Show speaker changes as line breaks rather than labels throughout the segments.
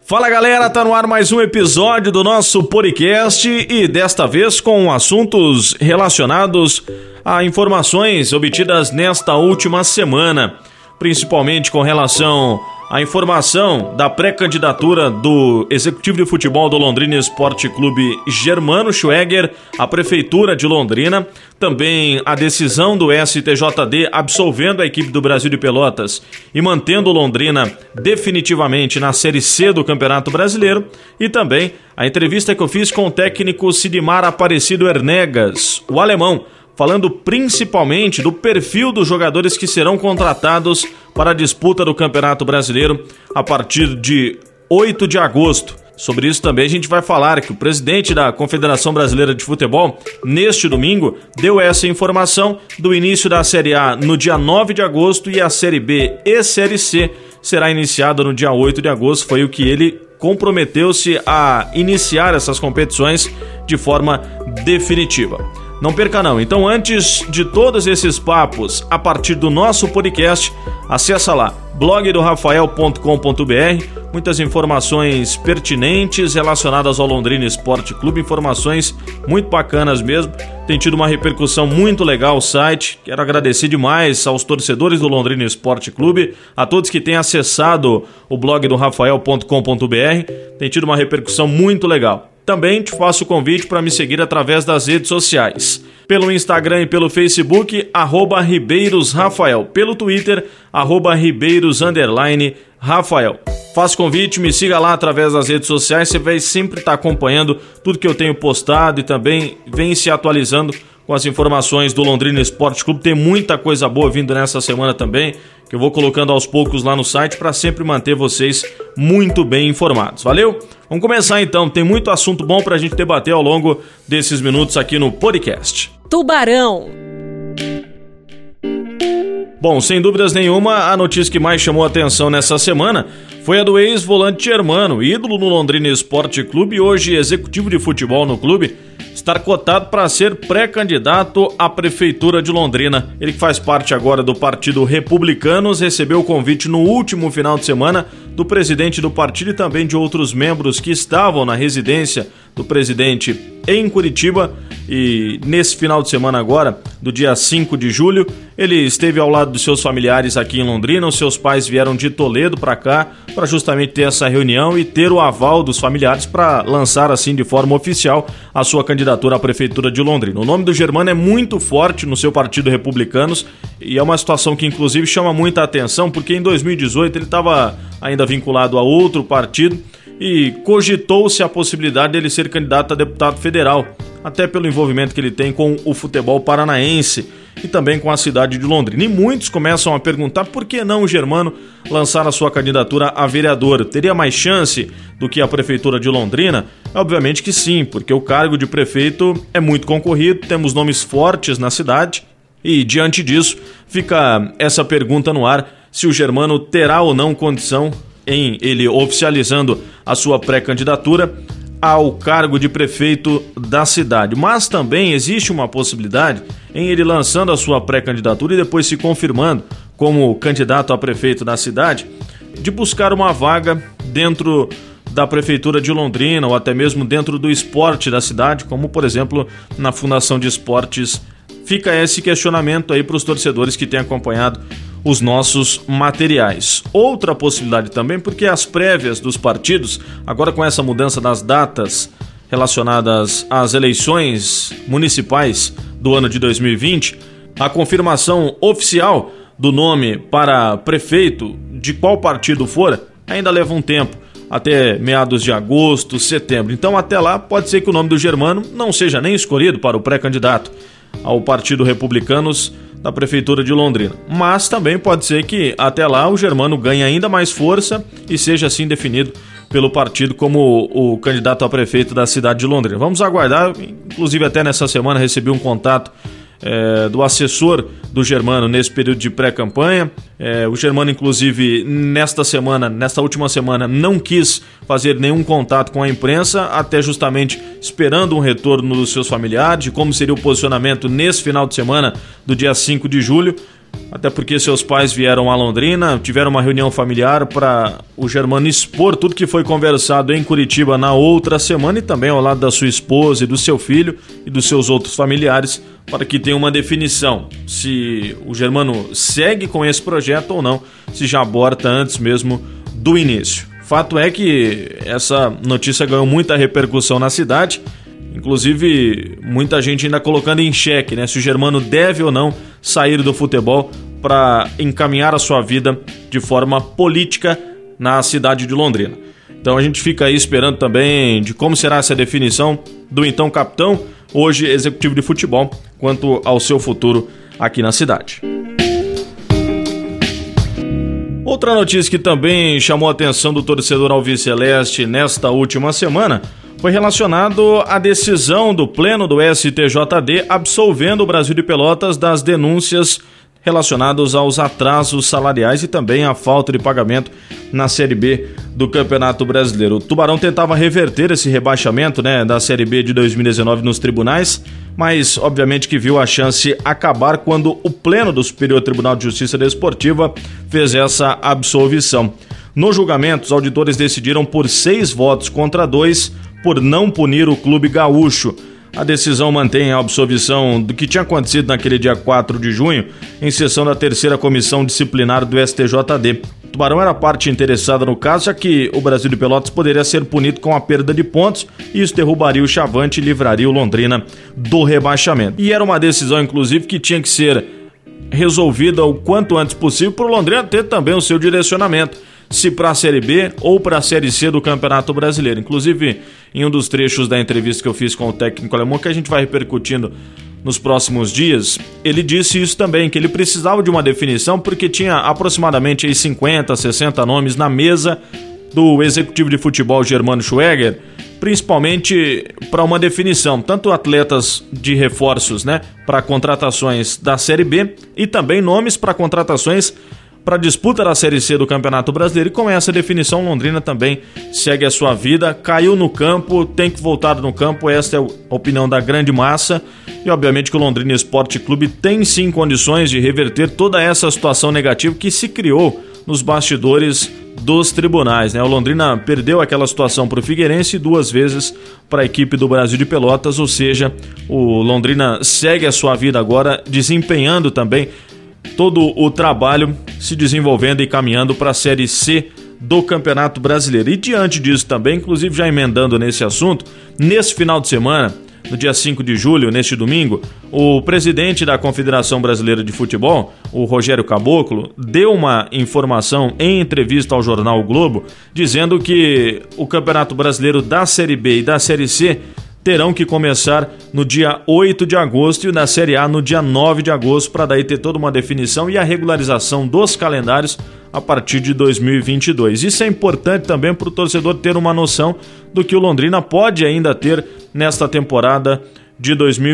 Fala galera, tá no ar mais um episódio do nosso podcast e desta vez com assuntos relacionados a informações obtidas nesta última semana, principalmente com relação à informação da pré-candidatura do Executivo de Futebol do Londrina Esporte Clube Germano Schweger à Prefeitura de Londrina, também a decisão do STJD absolvendo a equipe do Brasil de Pelotas e mantendo Londrina definitivamente na Série C do Campeonato Brasileiro, e também a entrevista que eu fiz com o técnico Sidmar Aparecido Ernegas, o alemão, falando principalmente do perfil dos jogadores que serão contratados para a disputa do Campeonato Brasileiro a partir de 8 de agosto. Sobre isso também a gente vai falar que o presidente da Confederação Brasileira de Futebol, neste domingo, deu essa informação do início da Série A no dia 9 de agosto e a Série B e Série C será iniciada no dia 8 de agosto. Foi o que ele comprometeu-se a iniciar essas competições de forma definitiva. Não perca não. Então, antes de todos esses papos, a partir do nosso podcast, acessa lá, blogdorafael.com.br, muitas informações pertinentes relacionadas ao Londrina Esporte Clube, informações muito bacanas mesmo, tem tido uma repercussão muito legal o site. Quero agradecer demais aos torcedores do Londrina Esporte Clube, a todos que têm acessado o blogdorafael.com.br, tem tido uma repercussão muito legal. Também te faço o convite para me seguir através das redes sociais. Pelo Instagram e pelo Facebook, @RibeirosRafael. Pelo Twitter, @Ribeiros_Rafael. Faço convite, me siga lá através das redes sociais. Você vai sempre estar acompanhando tudo que eu tenho postado e também vem se atualizando com as informações do Londrina Esporte Clube. Tem muita coisa boa vindo nessa semana também, que eu vou colocando aos poucos lá no site para sempre manter vocês muito bem informados. Valeu? Vamos começar então, tem muito assunto bom para a gente debater ao longo desses minutos aqui no podcast.
Tubarão.
Bom, sem dúvidas nenhuma, a notícia que mais chamou a atenção nessa semana foi a do ex-volante Germano, ídolo no Londrina Esporte Clube e hoje executivo de futebol no clube, estar cotado para ser pré-candidato à Prefeitura de Londrina. Ele que faz parte agora do Partido Republicanos, recebeu o convite no último final de semana do presidente do partido e também de outros membros que estavam na residência do presidente em Curitiba, e nesse final de semana agora, do dia 5 de julho, ele esteve ao lado dos seus familiares aqui em Londrina. Os seus pais vieram de Toledo para cá para justamente ter essa reunião e ter o aval dos familiares para lançar assim de forma oficial a sua candidatura à Prefeitura de Londrina. O nome do Germano é muito forte no seu Partido Republicanos e é uma situação que inclusive chama muita atenção, porque em 2018 ele estava ainda vinculado a outro partido e cogitou-se a possibilidade dele ser candidato a deputado federal, até pelo envolvimento que ele tem com o futebol paranaense e também com a cidade de Londrina. E muitos começam a perguntar por que não o Germano lançar a sua candidatura a vereador. Teria mais chance do que a Prefeitura de Londrina? Obviamente que sim, porque o cargo de prefeito é muito concorrido, temos nomes fortes na cidade e diante disso fica essa pergunta no ar, se o Germano terá ou não condição, em ele oficializando a sua pré-candidatura ao cargo de prefeito da cidade. Mas também existe uma possibilidade em ele lançando a sua pré-candidatura e depois se confirmando como candidato a prefeito da cidade, de buscar uma vaga dentro da Prefeitura de Londrina ou até mesmo dentro do esporte da cidade, como por exemplo na Fundação de Esportes. Fica esse questionamento aí para os torcedores que têm acompanhado os nossos materiais. Outra possibilidade também, porque as prévias dos partidos, agora com essa mudança das datas relacionadas às eleições municipais do ano de 2020, a confirmação oficial do nome para prefeito, de qual partido for, ainda leva um tempo, até meados de agosto, setembro. Então até lá pode ser que o nome do Germano não seja nem escolhido para o pré-candidato ao Partido Republicanos da Prefeitura de Londrina. Mas também pode ser que até lá o Germano ganhe ainda mais força e seja assim definido pelo partido como o candidato a prefeito da cidade de Londrina. Vamos aguardar, inclusive até nessa semana recebi um contato do assessor do Germano nesse período de pré-campanha. O Germano, inclusive, nesta última semana, não quis fazer nenhum contato com a imprensa, até justamente esperando um retorno dos seus familiares, de como seria o posicionamento nesse final de semana do dia 5 de julho. até porque seus pais vieram a Londrina, tiveram uma reunião familiar para o Germano expor tudo que foi conversado em Curitiba na outra semana e também ao lado da sua esposa e do seu filho e dos seus outros familiares, para que tenha uma definição se o Germano segue com esse projeto ou não, se já aborta antes mesmo do início. Fato é que essa notícia ganhou muita repercussão na cidade, inclusive muita gente ainda colocando em xeque, né, se o Germano deve ou não sair do futebol para encaminhar a sua vida de forma política na cidade de Londrina. Então a gente fica aí esperando também de como será essa definição do então capitão, hoje executivo de futebol, quanto ao seu futuro aqui na cidade. Outra notícia que também chamou a atenção do torcedor alviceleste nesta última semana foi relacionado à decisão do Pleno do STJD absolvendo o Brasil de Pelotas das denúncias relacionadas aos atrasos salariais e também à falta de pagamento na Série B do Campeonato Brasileiro. O Tubarão tentava reverter esse rebaixamento, da Série B de 2019 nos tribunais, mas obviamente que viu a chance acabar quando o Pleno do Superior Tribunal de Justiça Desportiva fez essa absolvição. No julgamento, os auditores decidiram por 6 votos contra 2 por não punir o clube gaúcho. A decisão mantém a absolvição do que tinha acontecido naquele dia 4 de junho, em sessão da 3ª Comissão Disciplinar do STJD. O Tubarão era parte interessada no caso, já que o Brasil de Pelotas poderia ser punido com a perda de pontos e isso derrubaria o Chavante e livraria o Londrina do rebaixamento. E era uma decisão, inclusive, que tinha que ser resolvida o quanto antes possível para o Londrina ter também o seu direcionamento, se para a Série B ou para a Série C do Campeonato Brasileiro. Inclusive, em um dos trechos da entrevista que eu fiz com o técnico alemão, que a gente vai repercutindo nos próximos dias, ele disse isso também, que ele precisava de uma definição porque tinha aproximadamente aí 50, 60 nomes na mesa do executivo de futebol Germano Schweger, principalmente para uma definição, tanto atletas de reforços, para contratações da Série B e também nomes para contratações para a disputa da Série C do Campeonato Brasileiro. E com essa definição, Londrina também segue a sua vida, caiu no campo, tem que voltar no campo, esta é a opinião da grande massa, e obviamente que o Londrina Esporte Clube tem sim condições de reverter toda essa situação negativa que se criou nos bastidores dos tribunais. O Londrina perdeu aquela situação para o Figueirense e 2 vezes para a equipe do Brasil de Pelotas, ou seja, o Londrina segue a sua vida agora, desempenhando também todo o trabalho, se desenvolvendo e caminhando para a Série C do Campeonato Brasileiro. E diante disso também, inclusive já emendando nesse assunto, nesse final de semana, no dia 5 de julho, neste domingo, o presidente da Confederação Brasileira de Futebol, o Rogério Caboclo, deu uma informação em entrevista ao jornal O Globo, dizendo que o Campeonato Brasileiro da Série B e da Série C terão que começar no dia 8 de agosto e na Série A no dia 9 de agosto, para daí ter toda uma definição e a regularização dos calendários a partir de 2022. Isso é importante também para o torcedor ter uma noção do que o Londrina pode ainda ter nesta temporada de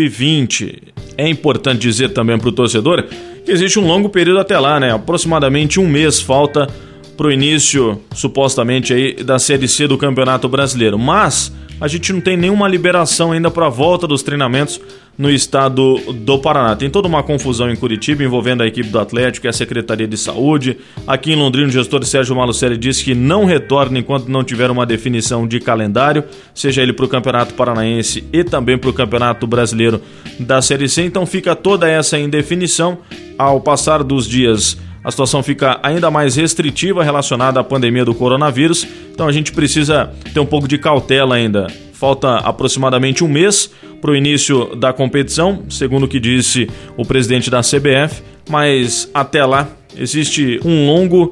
2020. É importante dizer também para o torcedor que existe um longo período até lá, aproximadamente 1 mês falta para o início, supostamente, aí, da Série C do Campeonato Brasileiro. Mas a gente não tem nenhuma liberação ainda para a volta dos treinamentos no estado do Paraná. Tem toda uma confusão em Curitiba envolvendo a equipe do Atlético e a Secretaria de Saúde. Aqui em Londrina, o gestor Sérgio Malucelli disse que não retorna enquanto não tiver uma definição de calendário, seja ele para o Campeonato Paranaense e também para o Campeonato Brasileiro da Série C. Então fica toda essa indefinição. Ao passar dos dias, a situação fica ainda mais restritiva relacionada à pandemia do coronavírus, então a gente precisa ter um pouco de cautela ainda. Falta aproximadamente 1 mês para o início da competição, segundo o que disse o presidente da CBF, mas até lá existe um longo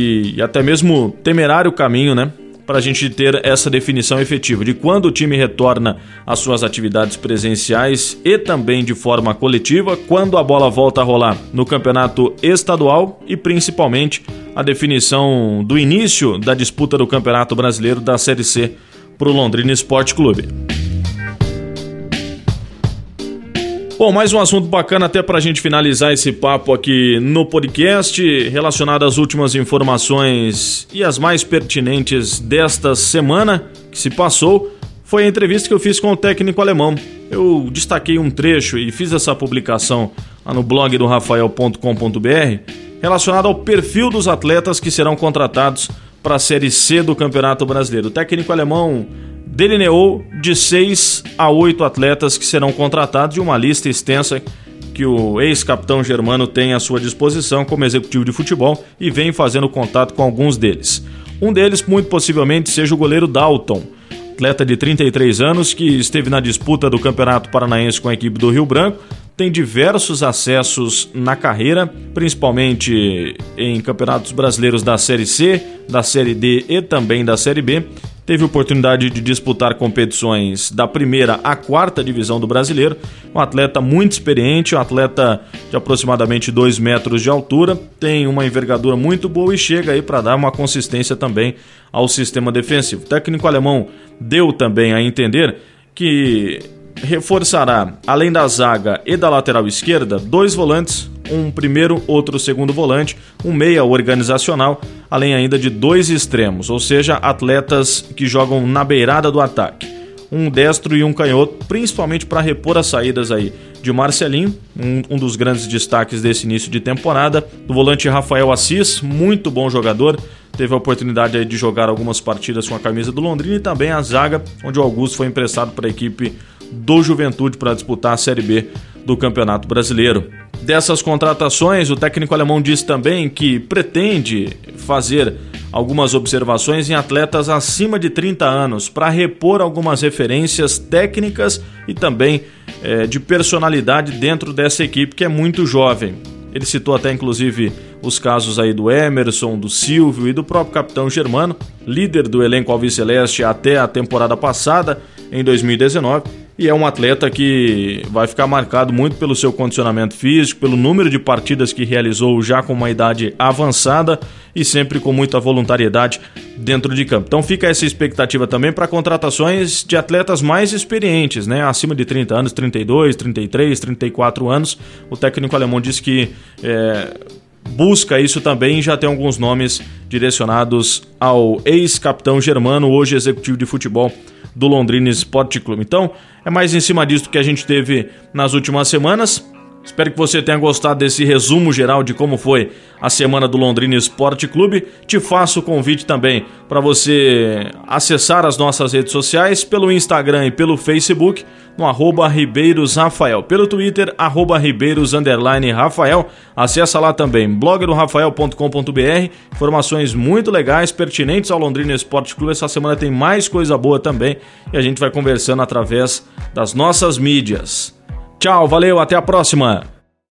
e até mesmo temerário caminho, para a gente ter essa definição efetiva de quando o time retorna às suas atividades presenciais e também de forma coletiva, quando a bola volta a rolar no campeonato estadual e principalmente a definição do início da disputa do Campeonato Brasileiro da Série C para o Londrina Esporte Clube. Bom, mais um assunto bacana até para a gente finalizar esse papo aqui no podcast, relacionado às últimas informações e as mais pertinentes desta semana que se passou, foi a entrevista que eu fiz com o técnico alemão. Eu destaquei um trecho e fiz essa publicação lá no blog do rafael.com.br, relacionado ao perfil dos atletas que serão contratados para a Série C do Campeonato Brasileiro. O técnico alemão delineou de 6 a 8 atletas que serão contratados e uma lista extensa que o ex-capitão Germano tem à sua disposição como executivo de futebol e vem fazendo contato com alguns deles. Um deles, muito possivelmente, seja o goleiro Dalton, atleta de 33 anos que esteve na disputa do Campeonato Paranaense com a equipe do Rio Branco, tem diversos acessos na carreira, principalmente em campeonatos brasileiros da Série C, da Série D e também da Série B. Teve oportunidade de disputar competições da primeira à quarta divisão do brasileiro. Um atleta muito experiente, um atleta de aproximadamente 2 metros de altura, tem uma envergadura muito boa e chega aí para dar uma consistência também ao sistema defensivo. O técnico alemão deu também a entender que reforçará, além da zaga e da lateral esquerda, 2 volantes, um primeiro, outro segundo volante, um meia organizacional, além ainda de 2 extremos, ou seja, atletas que jogam na beirada do ataque. Um destro e um canhoto, principalmente para repor as saídas aí de Marcelinho, um dos grandes destaques desse início de temporada, do volante Rafael Assis, muito bom jogador, teve a oportunidade aí de jogar algumas partidas com a camisa do Londrina, e também a zaga, onde o Augusto foi emprestado para a equipe do Juventude para disputar a Série B do Campeonato Brasileiro. Dessas contratações, o técnico alemão disse também que pretende fazer algumas observações em atletas acima de 30 anos para repor algumas referências técnicas e também de personalidade dentro dessa equipe que é muito jovem. Ele citou até inclusive os casos aí do Emerson, do Silvio e do próprio capitão Germano, líder do elenco alviceleste até a temporada passada, em 2019, e é um atleta que vai ficar marcado muito pelo seu condicionamento físico, pelo número de partidas que realizou já com uma idade avançada e sempre com muita voluntariedade dentro de campo. Então fica essa expectativa também para contratações de atletas mais experientes, né? Acima de 30 anos, 32, 33, 34 anos. O técnico alemão disse que busca isso também, já tem alguns nomes direcionados ao ex-capitão Germano, hoje executivo de futebol do Londrina Esporte Clube. Então, é mais em cima disso que a gente teve nas últimas semanas. Espero que você tenha gostado desse resumo geral de como foi a semana do Londrina Esporte Clube. Te faço o convite também para você acessar as nossas redes sociais pelo Instagram e pelo Facebook, no @RibeirosRafael, pelo Twitter, @Ribeiros_Rafael. Acessa lá também, blogdorafael.com.br, informações muito legais, pertinentes ao Londrina Esporte Clube. Essa semana tem mais coisa boa também e a gente vai conversando através das nossas mídias. Tchau, valeu, até a próxima!